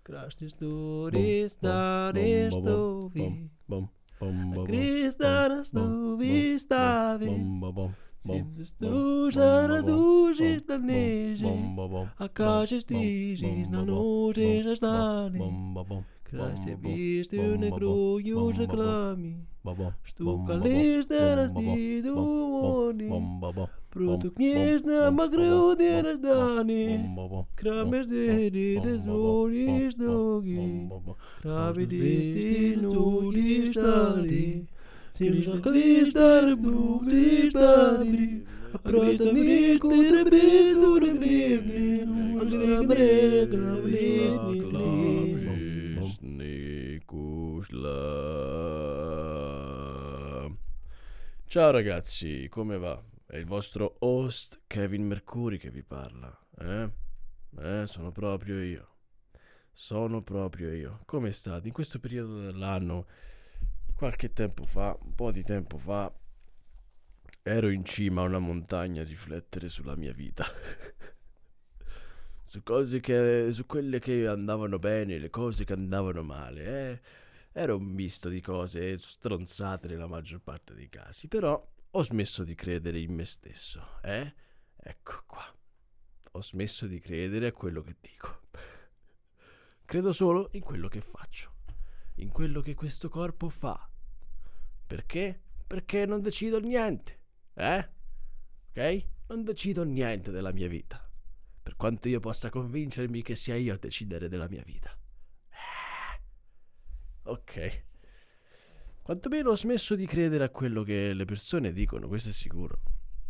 Krasny story, stary stovi. Krista na stovi stavi. Sinds tu zaraduzi na nezi. Akaže stiži na noži na stani. Krasne piste ne kruju za klami. Štuka liste na stidu oni. Proto knježna ma grudi na zdani. Krame zdedi de zvori štogi. Kravi disti nudi štari. Sinža klištar bukti štari. A prota mi kutre bestu ne grevni. Akstra brega visni Ciao ragazzi, come va? È il vostro host Kevin Mercuri che vi parla, sono proprio io. Come state? In questo periodo dell'anno, qualche tempo fa, un po' di tempo fa, ero in cima a una montagna a riflettere sulla mia vita. su quelle che andavano bene, le cose che andavano male, Era un misto di cose stronzate nella maggior parte dei casi, però ho smesso di credere in me stesso, Ecco qua. Ho smesso di credere a quello che dico. Credo solo in quello che faccio, in quello che questo corpo fa. Perché? Perché non decido niente, Ok? Non decido niente della mia vita. Per quanto io possa convincermi che sia io a decidere della mia vita. Ok. Quantomeno ho smesso di credere a quello che le persone dicono, questo è sicuro.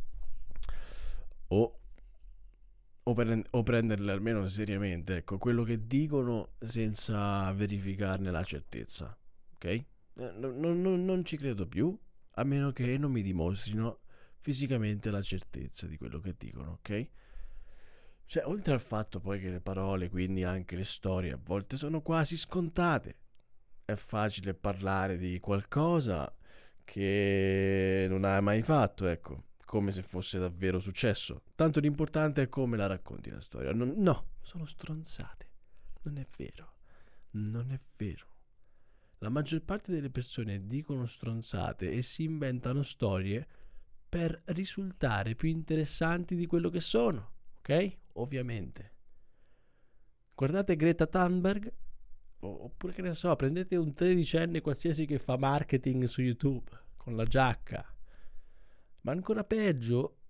O prenderle almeno seriamente, ecco, quello che dicono senza verificarne la certezza, ok? Non ci credo più, a meno che non mi dimostrino fisicamente la certezza di quello che dicono, ok? Cioè, oltre al fatto poi che le parole, quindi anche le storie, a volte sono quasi scontate. È facile parlare di qualcosa che non hai mai fatto, ecco, come se fosse davvero successo. Tanto l'importante è come la racconti la storia. No, sono stronzate. Non è vero. La maggior parte delle persone dicono stronzate e si inventano storie per risultare più interessanti di quello che sono, ok? Ovviamente. Guardate Greta Thunberg. Oppure che ne so, prendete un 13enne qualsiasi che fa marketing su YouTube con la giacca. Ma ancora peggio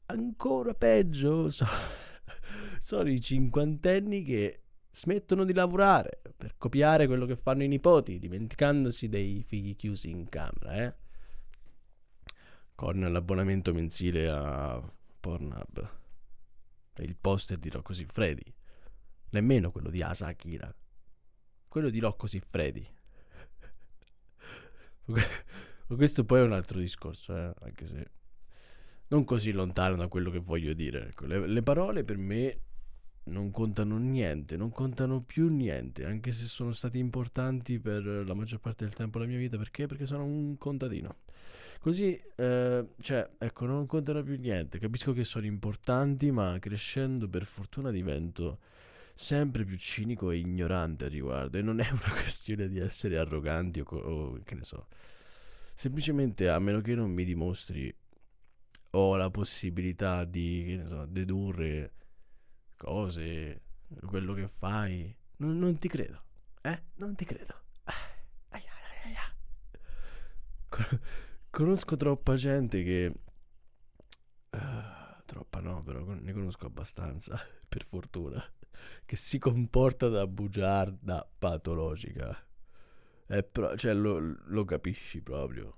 sono i cinquantenni che smettono di lavorare per copiare quello che fanno i nipoti, dimenticandosi dei figli chiusi in camera, con l'abbonamento mensile a Pornhub e il poster di Rocco Siffredi, nemmeno quello di Asa Akira. Quello di Rocco Siffredi. Questo poi è un altro discorso, anche se non così lontano da quello che voglio dire. Ecco, le parole per me non contano niente, non contano più niente, anche se sono stati importanti per la maggior parte del tempo della mia vita. Perché? Perché sono un contadino. Così, ecco, non contano più niente. Capisco che sono importanti, ma crescendo per fortuna divento sempre più cinico e ignorante al riguardo, e non è una questione di essere arroganti o che ne so, semplicemente a meno che non mi dimostri ho la possibilità di, che ne so, dedurre cose, quello che fai, non ti credo, non ti credo. Conosco troppa gente che troppa no, però ne conosco abbastanza, per fortuna, che si comporta da bugiarda patologica. Cioè lo capisci proprio.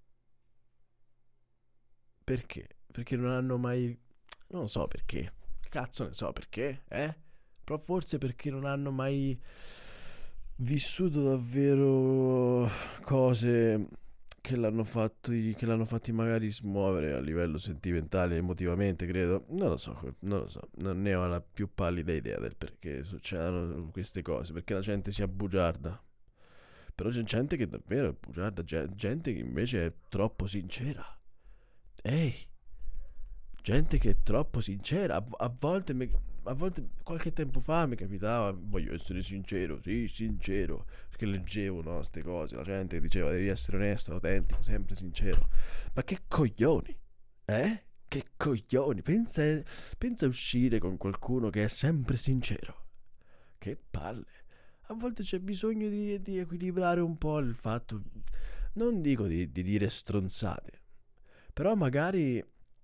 Perché? Perché non hanno mai... Non so perché. Cazzo ne so perché, Però forse perché non hanno mai vissuto davvero cose che l'hanno fatti magari smuovere a livello sentimentale e emotivamente, credo. Non lo so, non ne ho la più pallida idea del perché succedono queste cose, perché la gente si abbugiarda. Però c'è gente che davvero è bugiarda, gente che invece è troppo sincera. gente che è troppo sincera. A volte, qualche tempo fa mi capitava, voglio essere sincero, sì, sincero, perché leggevo, no, queste cose, la gente che diceva devi essere onesto, autentico, sempre sincero. Ma che coglioni, eh? Che coglioni, pensa a uscire con qualcuno che è sempre sincero. Che palle. A volte c'è bisogno di equilibrare un po' il fatto, non dico di dire stronzate, però magari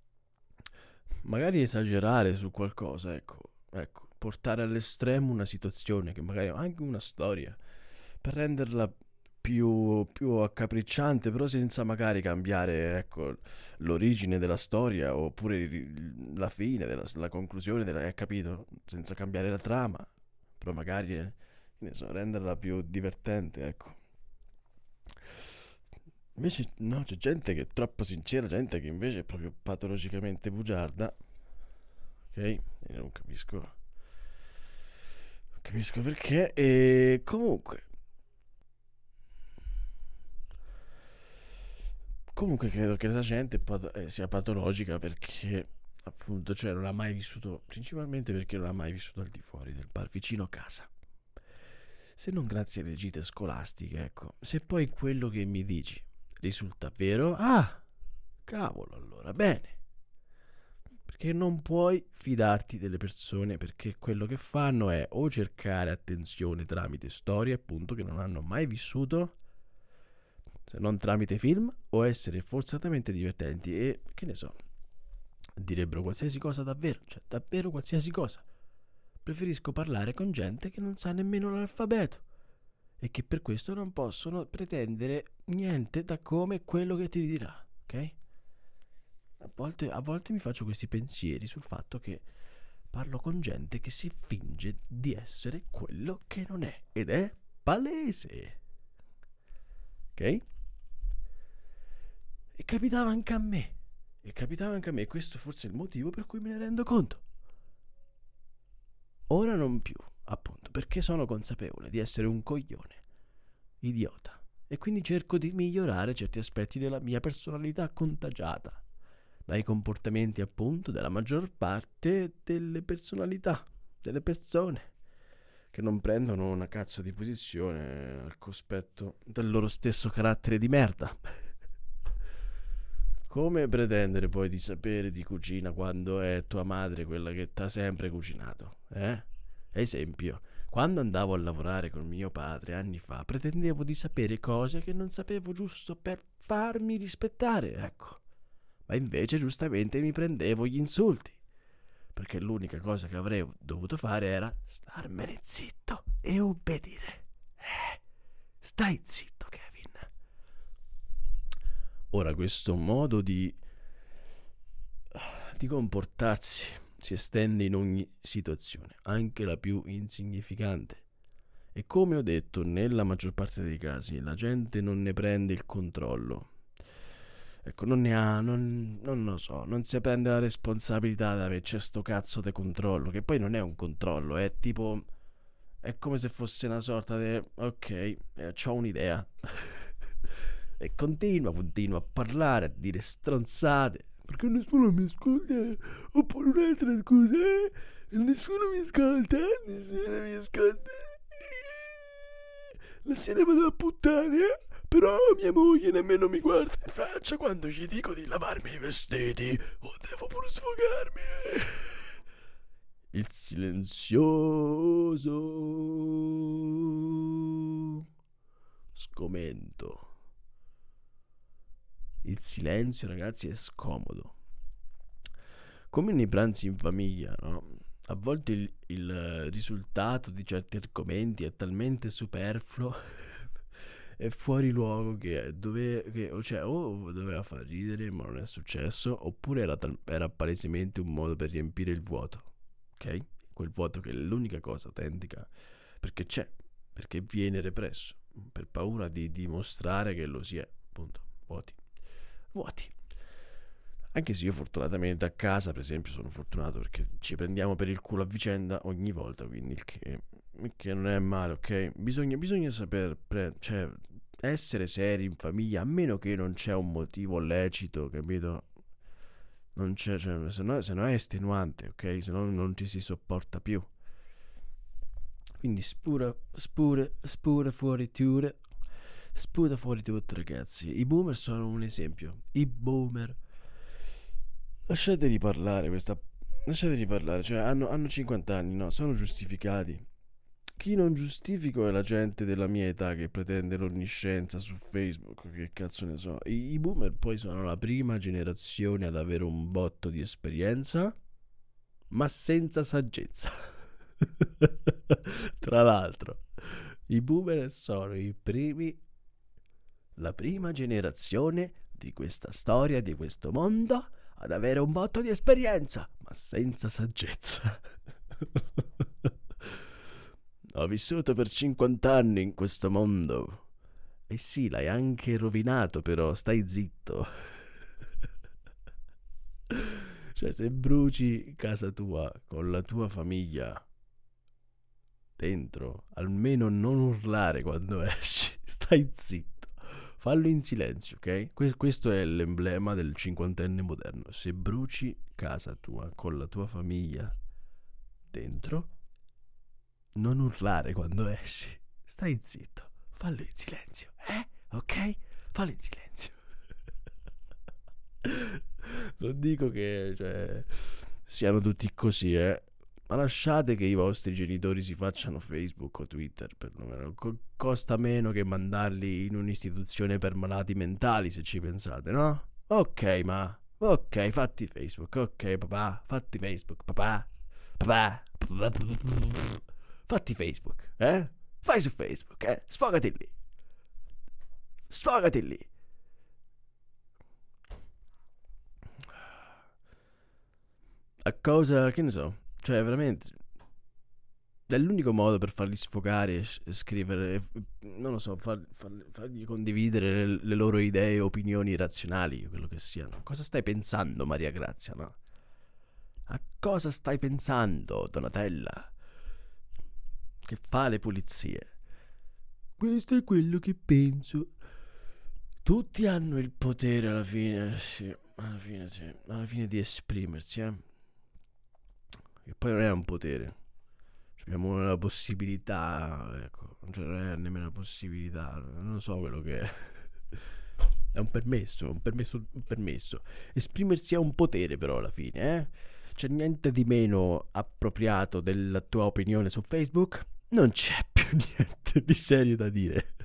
esagerare su qualcosa, ecco, portare all'estremo una situazione, che magari anche una storia, per renderla più accapricciante, però senza magari cambiare, ecco, l'origine della storia, oppure la fine, la conclusione capito? Senza cambiare la trama, però magari, che ne so, renderla più divertente, ecco. Invece no, c'è gente che è troppo sincera, gente che invece è proprio patologicamente bugiarda. Ok? E non capisco perché. E comunque credo che la gente sia patologica perché appunto, cioè non ha mai vissuto, principalmente perché non ha mai vissuto al di fuori del bar vicino casa. Se non grazie alle gite scolastiche, ecco. Se poi quello che mi dici risulta vero, cavolo, allora bene. Perché non puoi fidarti delle persone, perché quello che fanno è o cercare attenzione tramite storie, appunto, che non hanno mai vissuto, se non tramite film, o essere forzatamente divertenti e, che ne so, direbbero qualsiasi cosa davvero, cioè davvero qualsiasi cosa. Preferisco parlare con gente che non sa nemmeno l'alfabeto e che per questo non possono pretendere niente da come quello che ti dirà, ok? A volte mi faccio questi pensieri sul fatto che parlo con gente che si finge di essere quello che non è, ed è palese, ok? E capitava anche a me, e questo forse è il motivo per cui me ne rendo conto. Ora non più, appunto, perché sono consapevole di essere un coglione, idiota, e quindi cerco di migliorare certi aspetti della mia personalità contagiata dai comportamenti, appunto, della maggior parte delle personalità, delle persone, che non prendono una cazzo di posizione al cospetto del loro stesso carattere di merda. Come pretendere poi di sapere di cucina quando è tua madre quella che t'ha sempre cucinato, Esempio, quando andavo a lavorare con mio padre anni fa, pretendevo di sapere cose che non sapevo, giusto per farmi rispettare, ecco. Ma invece giustamente mi prendevo gli insulti, perché l'unica cosa che avrei dovuto fare era starmene zitto e obbedire. Stai zitto, Kevin. Ora questo modo di comportarsi si estende in ogni situazione, anche la più insignificante. E come ho detto, nella maggior parte dei casi la gente non ne prende il controllo. Ecco, non lo so, non si prende la responsabilità di averci sto cazzo di controllo, che poi non è un controllo, è tipo, è come se fosse una sorta di, ok, c'ho un'idea. E continua a parlare, a dire stronzate, perché nessuno mi ascolta, oppure un'altra scusa, nessuno mi ascolta. La sera vado a puttane, però mia moglie nemmeno mi guarda in faccia quando gli dico di lavarmi i vestiti, o devo pure sfogarmi. Il silenzioso sgomento. Il silenzio, ragazzi, è scomodo. Come nei pranzi in famiglia, no? A volte il risultato di certi argomenti è talmente superfluo e fuori luogo che o doveva far ridere ma non è successo, oppure era palesemente un modo per riempire il vuoto, ok? Quel vuoto che è l'unica cosa autentica, perché c'è, perché viene represso, per paura di dimostrare che lo si è, appunto, vuoti. Anche se io fortunatamente a casa, per esempio, sono fortunato perché ci prendiamo per il culo a vicenda ogni volta, quindi il che non è male, ok? Bisogna saper cioè essere seri in famiglia, a meno che non c'è un motivo lecito, capito? Non c'è, cioè, se no è estenuante, ok? Se no non ci si sopporta più. Quindi sputa fuori tutto. Sputa fuori tutto, ragazzi. I boomer sono un esempio. I boomer. Lasciateli parlare, lasciateli parlare. Cioè, hanno 50 anni, no? Sono giustificati. Chi non giustifico è la gente della mia età che pretende l'onniscienza su Facebook, che cazzo ne so. I boomer poi sono la prima generazione ad avere un botto di esperienza, ma senza saggezza. Tra l'altro, i boomer sono la prima generazione di questa storia, di questo mondo, ad avere un botto di esperienza, ma senza saggezza. Ho vissuto per 50 anni in questo mondo. E sì, l'hai anche rovinato, però stai zitto. Cioè, se bruci casa tua con la tua famiglia dentro, almeno non urlare quando esci. Stai zitto. Fallo in silenzio, ok? Questo è l'emblema del cinquantenne moderno. Se bruci casa tua con la tua famiglia dentro, non urlare quando esci. Stai zitto. Fallo in silenzio, ok? Fallo in silenzio. Non dico che, cioè, siano tutti così, ma lasciate che i vostri genitori si facciano Facebook o Twitter, perlomeno. Costa meno che mandarli in un'istituzione per malati mentali, se ci pensate, no? Ok, fatti Facebook, ok, papà, fatti Facebook, papà. Fatti Facebook, Fai su Facebook, Sfogati lì. A cosa, che ne so, cioè veramente è l'unico modo per farli sfogare e scrivere, non lo so, fargli condividere le loro idee, opinioni razionali, quello che siano. Cosa stai pensando, Maria Grazia, no? A cosa stai pensando, Donatella, che fa le pulizie? Questo è quello che penso. Tutti hanno il potere alla fine, sì, alla fine di esprimersi, E poi non è un potere, abbiamo la possibilità, ecco, cioè non è nemmeno una possibilità, non so quello che è. È un permesso. Esprimersi è un potere, però, alla fine, C'è niente di meno appropriato della tua opinione su Facebook? Non c'è più niente di serio da dire.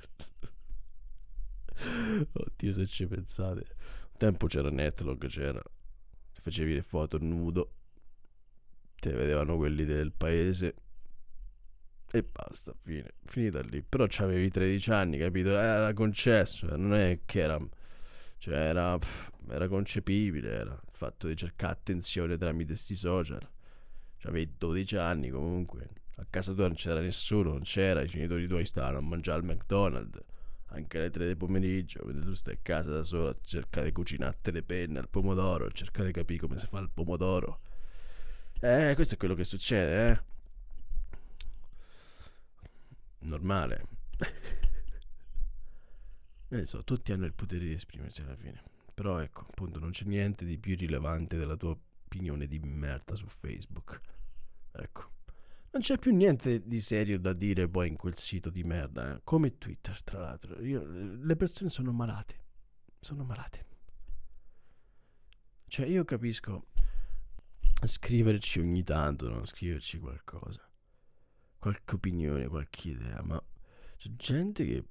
Oddio, se ci pensate. Un tempo c'era Netlog, ti facevi le foto nudo, te vedevano quelli del paese e basta, finita lì. Però c'avevi 13 anni, capito? Era concesso, non è che era, cioè era concepibile, era il fatto di cercare attenzione tramite sti social. C'avevi 12 anni comunque, a casa tua non c'era nessuno, i genitori tuoi stavano a mangiare al McDonald's anche alle 3 del pomeriggio, mentre tu stai a casa da sola a cercare di cucinarti le penne al pomodoro, a cercare di capire come si fa il pomodoro. Questo è quello che succede, Normale. Tutti hanno il potere di esprimersi alla fine. Però ecco, appunto, non c'è niente di più rilevante della tua opinione di merda su Facebook. Ecco. Non c'è più niente di serio da dire poi in quel sito di merda, come Twitter, tra l'altro. Le persone sono malate. Cioè, io capisco scriverci ogni tanto, no? Scriverci qualcosa, qualche opinione, qualche idea, ma c'è gente che,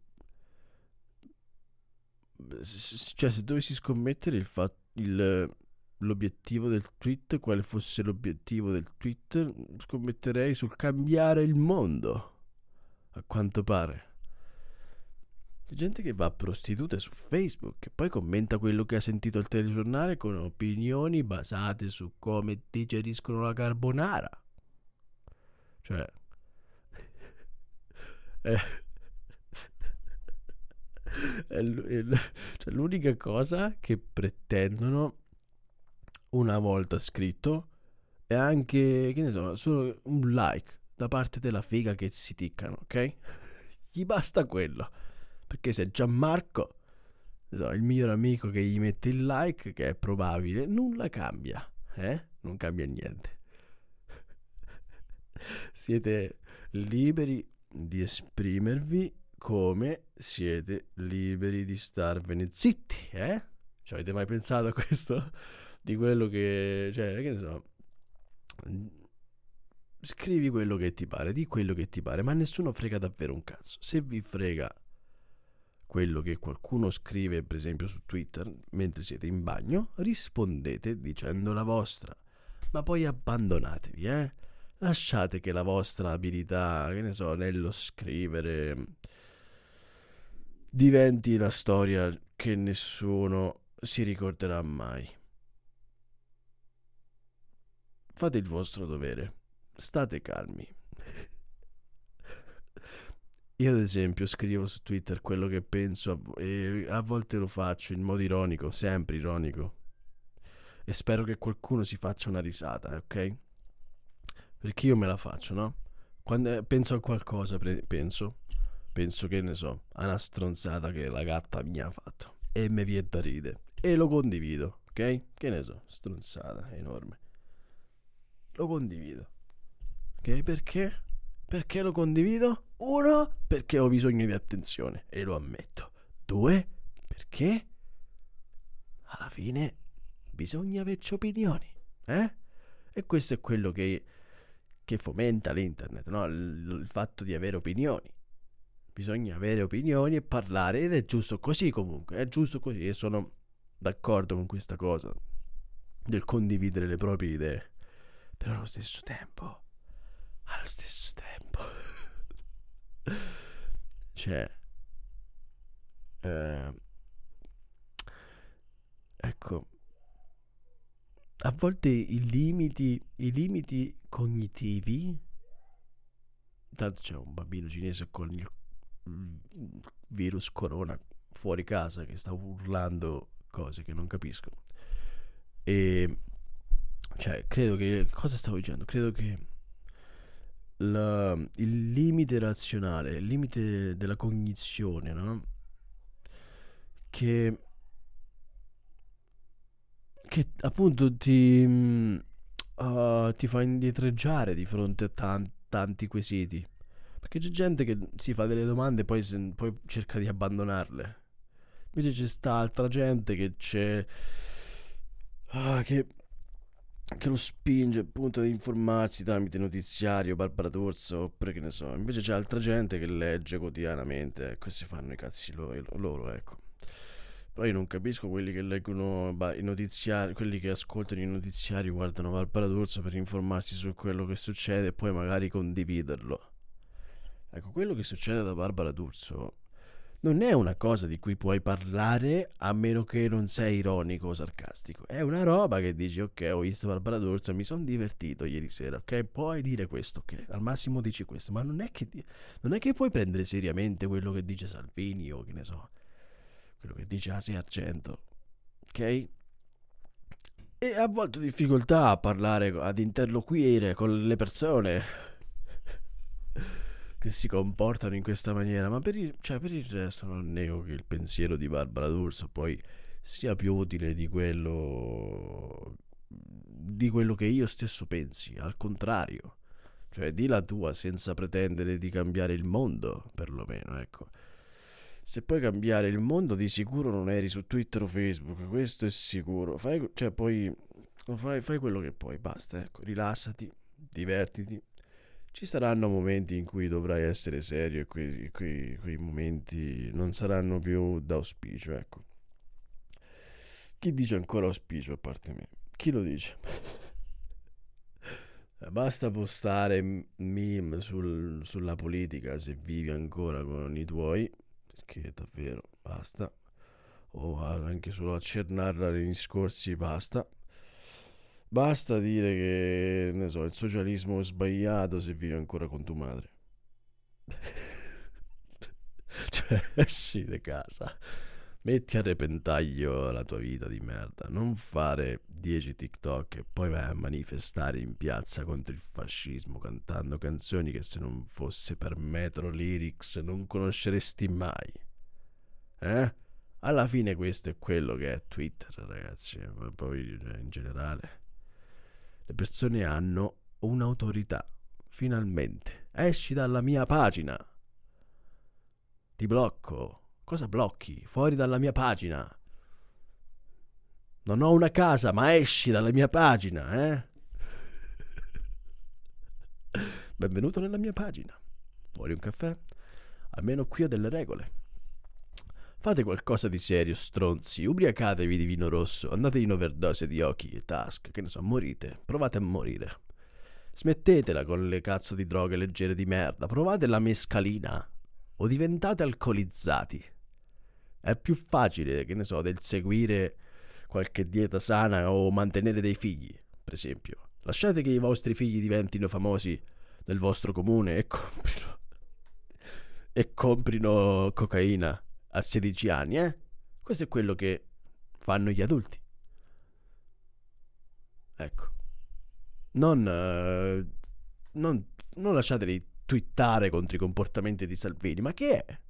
cioè, se dovessi scommettere l'obiettivo del tweet, quale fosse l'obiettivo del tweet, scommetterei sul cambiare il mondo, a quanto pare. C'è gente che va a prostitute su Facebook e poi commenta quello che ha sentito al telegiornale con opinioni basate su come digeriscono la carbonara. Cioè, cioè l'unica cosa che pretendono una volta scritto è anche, che ne so, solo un like da parte della figa che si ticcano, ok? Gli basta quello, perché se Gianmarco il miglior amico che gli mette il like, che è probabile, nulla cambia, non cambia niente. Siete liberi di esprimervi come siete liberi di starvene zitti, Ci avete mai pensato a questo? Di quello che, cioè, che ne so, scrivi quello che ti pare, di quello che ti pare, ma nessuno frega davvero un cazzo. Se vi frega quello che qualcuno scrive, per esempio su Twitter, mentre siete in bagno, rispondete dicendo la vostra, ma poi abbandonatevi, lasciate che la vostra abilità, che ne so, nello scrivere diventi la storia che nessuno si ricorderà mai. Fate il vostro dovere, state calmi. Io ad esempio scrivo su Twitter quello che penso e a volte lo faccio in modo ironico, sempre ironico. E spero che qualcuno si faccia una risata, ok? Perché io me la faccio, no? Quando penso a qualcosa, penso che ne so, a una stronzata che la gatta mi ha fatto e mi viene da ridere e lo condivido, ok? Che ne so, stronzata enorme. Lo condivido, ok? Perché? Perché lo condivido? 1, perché ho bisogno di attenzione e lo ammetto. 2, perché alla fine bisogna averci opinioni, E questo è quello che fomenta l'internet, no? Il fatto di avere opinioni. Bisogna avere opinioni e parlare, ed è giusto così comunque, è giusto così, e sono d'accordo con questa cosa del condividere le proprie idee. Però allo stesso tempo cioè ecco, a volte i limiti cognitivi, tanto c'è un bambino cinese con il virus corona fuori casa che sta urlando cose che non capisco, e cioè credo che, cosa stavo dicendo, credo che il limite razionale, il limite della cognizione, no? Che appunto ti fa indietreggiare di fronte a tanti quesiti, perché c'è gente che si fa delle domande e poi cerca di abbandonarle. Invece c'è sta altra gente che che lo spinge appunto ad informarsi tramite notiziario, Barbara D'Urso, oppure che ne so. Invece c'è altra gente che legge quotidianamente, ecco, e si fanno i cazzi loro, ecco. Però io non capisco quelli che leggono i notiziari, quelli che ascoltano i notiziari, guardano Barbara D'Urso per informarsi su quello che succede e poi magari condividerlo. Ecco, quello che succede da Barbara D'Urso non è una cosa di cui puoi parlare a meno che non sei ironico o sarcastico. È una roba che dici, ok, ho visto Barbara D'Urso e mi sono divertito ieri sera, ok? Puoi dire questo, ok? Al massimo dici questo, ma non è che puoi prendere seriamente quello che dice Salvini o che ne so, quello che dice Asia Argento, ok? E a volte ho difficoltà a parlare, ad interloquire con le persone che si comportano in questa maniera, ma per il resto non nego che il pensiero di Barbara D'Urso poi sia più utile di quello che io stesso pensi, al contrario. Cioè, di la tua senza pretendere di cambiare il mondo, perlomeno, ecco. Se puoi cambiare il mondo, di sicuro non eri su Twitter o Facebook, questo è sicuro. Fai quello che puoi, basta, ecco, rilassati, divertiti. Ci saranno momenti in cui dovrai essere serio e quei momenti non saranno più da auspicio, ecco. Chi dice ancora auspicio a parte me? Chi lo dice? Basta postare meme sulla politica se vivi ancora con i tuoi, perché davvero basta. O anche solo accennarla nei discorsi, basta. Basta dire che, ne so, il socialismo è sbagliato se vivi ancora con tua madre. Cioè, esci di casa, metti a repentaglio la tua vita di merda. Non fare 10 TikTok e poi vai a manifestare in piazza contro il fascismo cantando canzoni che se non fosse per Metro Lyrics non conosceresti mai. Alla fine questo è quello che è Twitter, ragazzi. Poi in generale le persone hanno un'autorità. Finalmente. Esci dalla mia pagina. Ti blocco. Cosa blocchi? Fuori dalla mia pagina. Non ho una casa, ma esci dalla mia pagina, eh? Benvenuto nella mia pagina. Vuoi un caffè? Almeno qui ho delle regole. Fate qualcosa di serio, stronzi. Ubriacatevi di vino rosso. Andate in overdose di occhi e task. Che ne so, morite. Provate a morire. Smettetela con le cazzo di droghe leggere di merda. Provate la mescalina. O diventate alcolizzati. È più facile, che ne so, del seguire qualche dieta sana o mantenere dei figli, per esempio. Lasciate che i vostri figli diventino famosi nel vostro comune e comprino cocaina a 16 anni, eh? Questo è quello che fanno gli adulti. Ecco. Non lasciateli twittare contro i comportamenti di Salvini. Ma che è?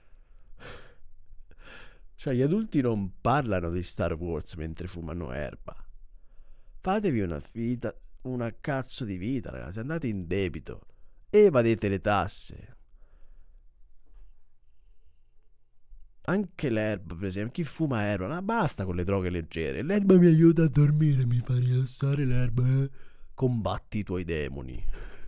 Cioè, gli adulti non parlano di Star Wars mentre fumano erba. Fatevi una cazzo di vita, ragazzi. Andate in debito. Evadete le tasse. Anche l'erba, per esempio. Chi fuma erba, ma basta con le droghe leggere. L'erba mi aiuta a dormire, mi fa rilassare l'erba. Combatti i tuoi demoni.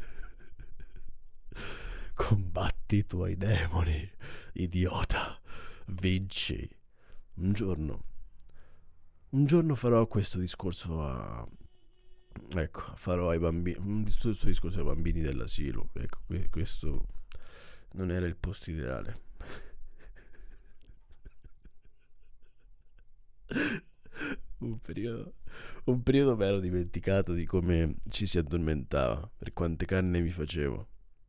Combatti i tuoi demoni, idiota. Vinci. Un giorno farò questo discorso farò ai bambini, questo discorso ai bambini dell'asilo. Ecco, questo non era il posto ideale. Un periodo mi ero dimenticato di come ci si addormentava, per quante canne mi facevo.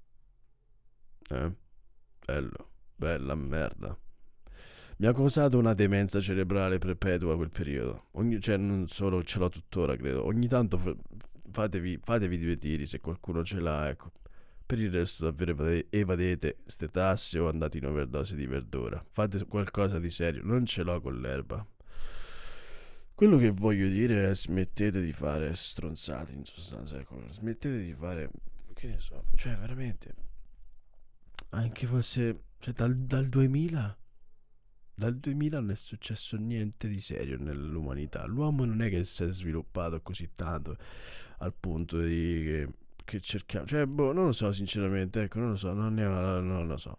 Bella merda. Mi ha causato una demenza cerebrale perpetua quel periodo. Cioè, non solo, ce l'ho tuttora, credo. Ogni tanto fatevi 2 tiri se qualcuno ce l'ha, ecco. Per il resto davvero evadete ste tasse o andate in overdose di verdura. Fate qualcosa di serio. Non ce l'ho con l'erba. Quello che voglio dire è smettete di fare stronzate, in sostanza, ecco. Smettete di fare, che ne so, cioè veramente, anche fosse, cioè dal 2000 non è successo niente di serio nell'umanità. L'uomo non è che si è sviluppato così tanto al punto di che cerchiamo, cioè non lo so sinceramente, ecco, non lo so, non lo so.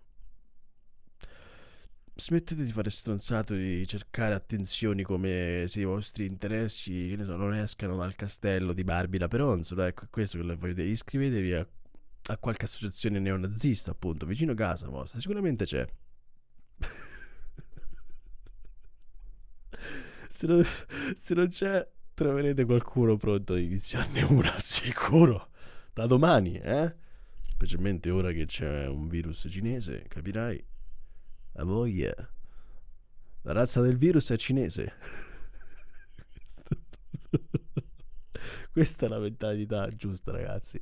Smettete di fare stronzato, di cercare attenzioni come se i vostri interessi, che ne so, non escano dal castello di Barbara Peronzola. Ecco, è questo che voglio dire. Iscrivetevi a qualche associazione neonazista, appunto, vicino a casa vostra. Sicuramente c'è. Se non c'è, troverete qualcuno pronto ad iniziarne una, sicuro. Da domani, specialmente ora che c'è un virus cinese, capirai. A voglia. La razza del virus è cinese. Questa è la mentalità giusta, ragazzi.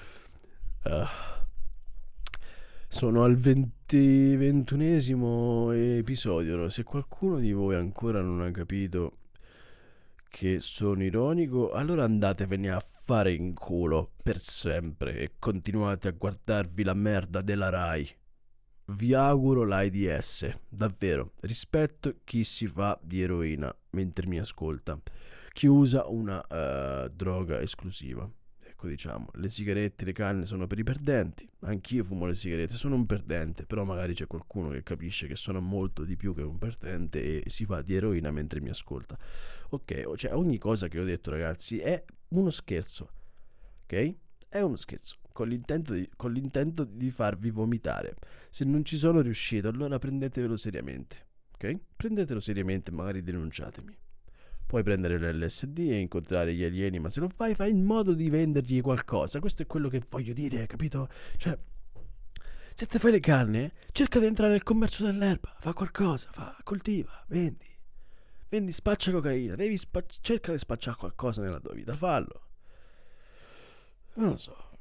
Sono al 21esimo episodio. Se qualcuno di voi ancora non ha capito che sono ironico, allora andatevene a fare in culo per sempre e continuate a guardarvi la merda della Rai. Vi auguro l'AIDS, davvero. Rispetto chi si fa di eroina mentre mi ascolta, chi usa una droga esclusiva. Ecco, diciamo, le sigarette, le canne sono per i perdenti. Anch'io fumo le sigarette, sono un perdente, però magari c'è qualcuno che capisce che sono molto di più che un perdente e si fa di eroina mentre mi ascolta. Ok, cioè ogni cosa che ho detto, ragazzi, è uno scherzo, ok? È uno scherzo, con l'intento di farvi vomitare. Se non ci sono riuscito, allora prendetevelo seriamente, ok? Prendetelo seriamente, magari denunciatemi. Puoi prendere l'LSD e incontrare gli alieni, ma se lo fai in modo di vendergli qualcosa. Questo è quello che voglio dire, capito? Cioè, se te fai le canne, cerca di entrare nel commercio dell'erba, fa qualcosa, coltiva, vendi, spaccia cocaina, cerca di spacciare qualcosa nella tua vita, fallo. Non lo so,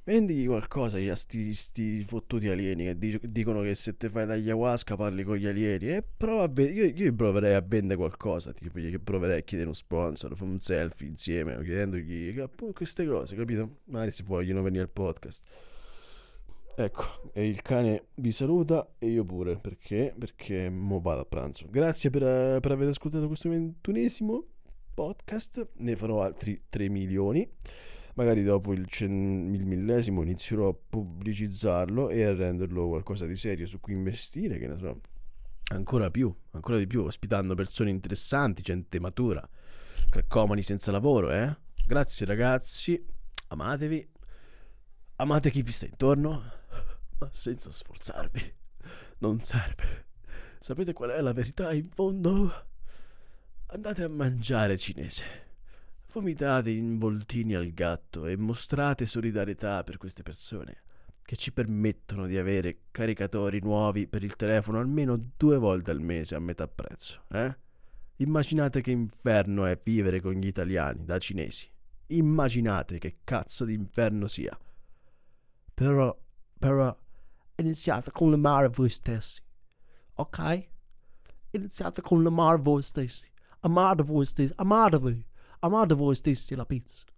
Vendigli qualcosa a sti fottuti alieni che dicono che se te fai l'ayahuasca parli con gli alieni. E io proverei a vendere qualcosa, tipo gli proverei a chiedere uno sponsor, fare un selfie insieme, chiedendogli appunto queste cose, capito? Magari si vogliono venire al podcast. Ecco, e il cane vi saluta e io pure, perché mo vado a pranzo. Grazie per aver ascoltato questo 21esimo podcast, ne farò altri 3 milioni. Magari dopo il 1000esimo inizierò a pubblicizzarlo e a renderlo qualcosa di serio su cui investire, che ne so, ancora di più, ospitando persone interessanti, gente matura, craccomani senza lavoro, Grazie ragazzi, amatevi, amate chi vi sta intorno, ma senza sforzarvi, non serve. Sapete qual è la verità in fondo? Andate a mangiare cinese. Vomitate involtini al gatto e mostrate solidarietà per queste persone che ci permettono di avere caricatori nuovi per il telefono almeno 2 volte al mese a metà prezzo, Immaginate che inferno è vivere con gli italiani da cinesi. Immaginate che cazzo di inferno sia. Però iniziate con l'amare voi stessi, ok? Iniziate con l'amare voi stessi. Amate voi stessi la pizza.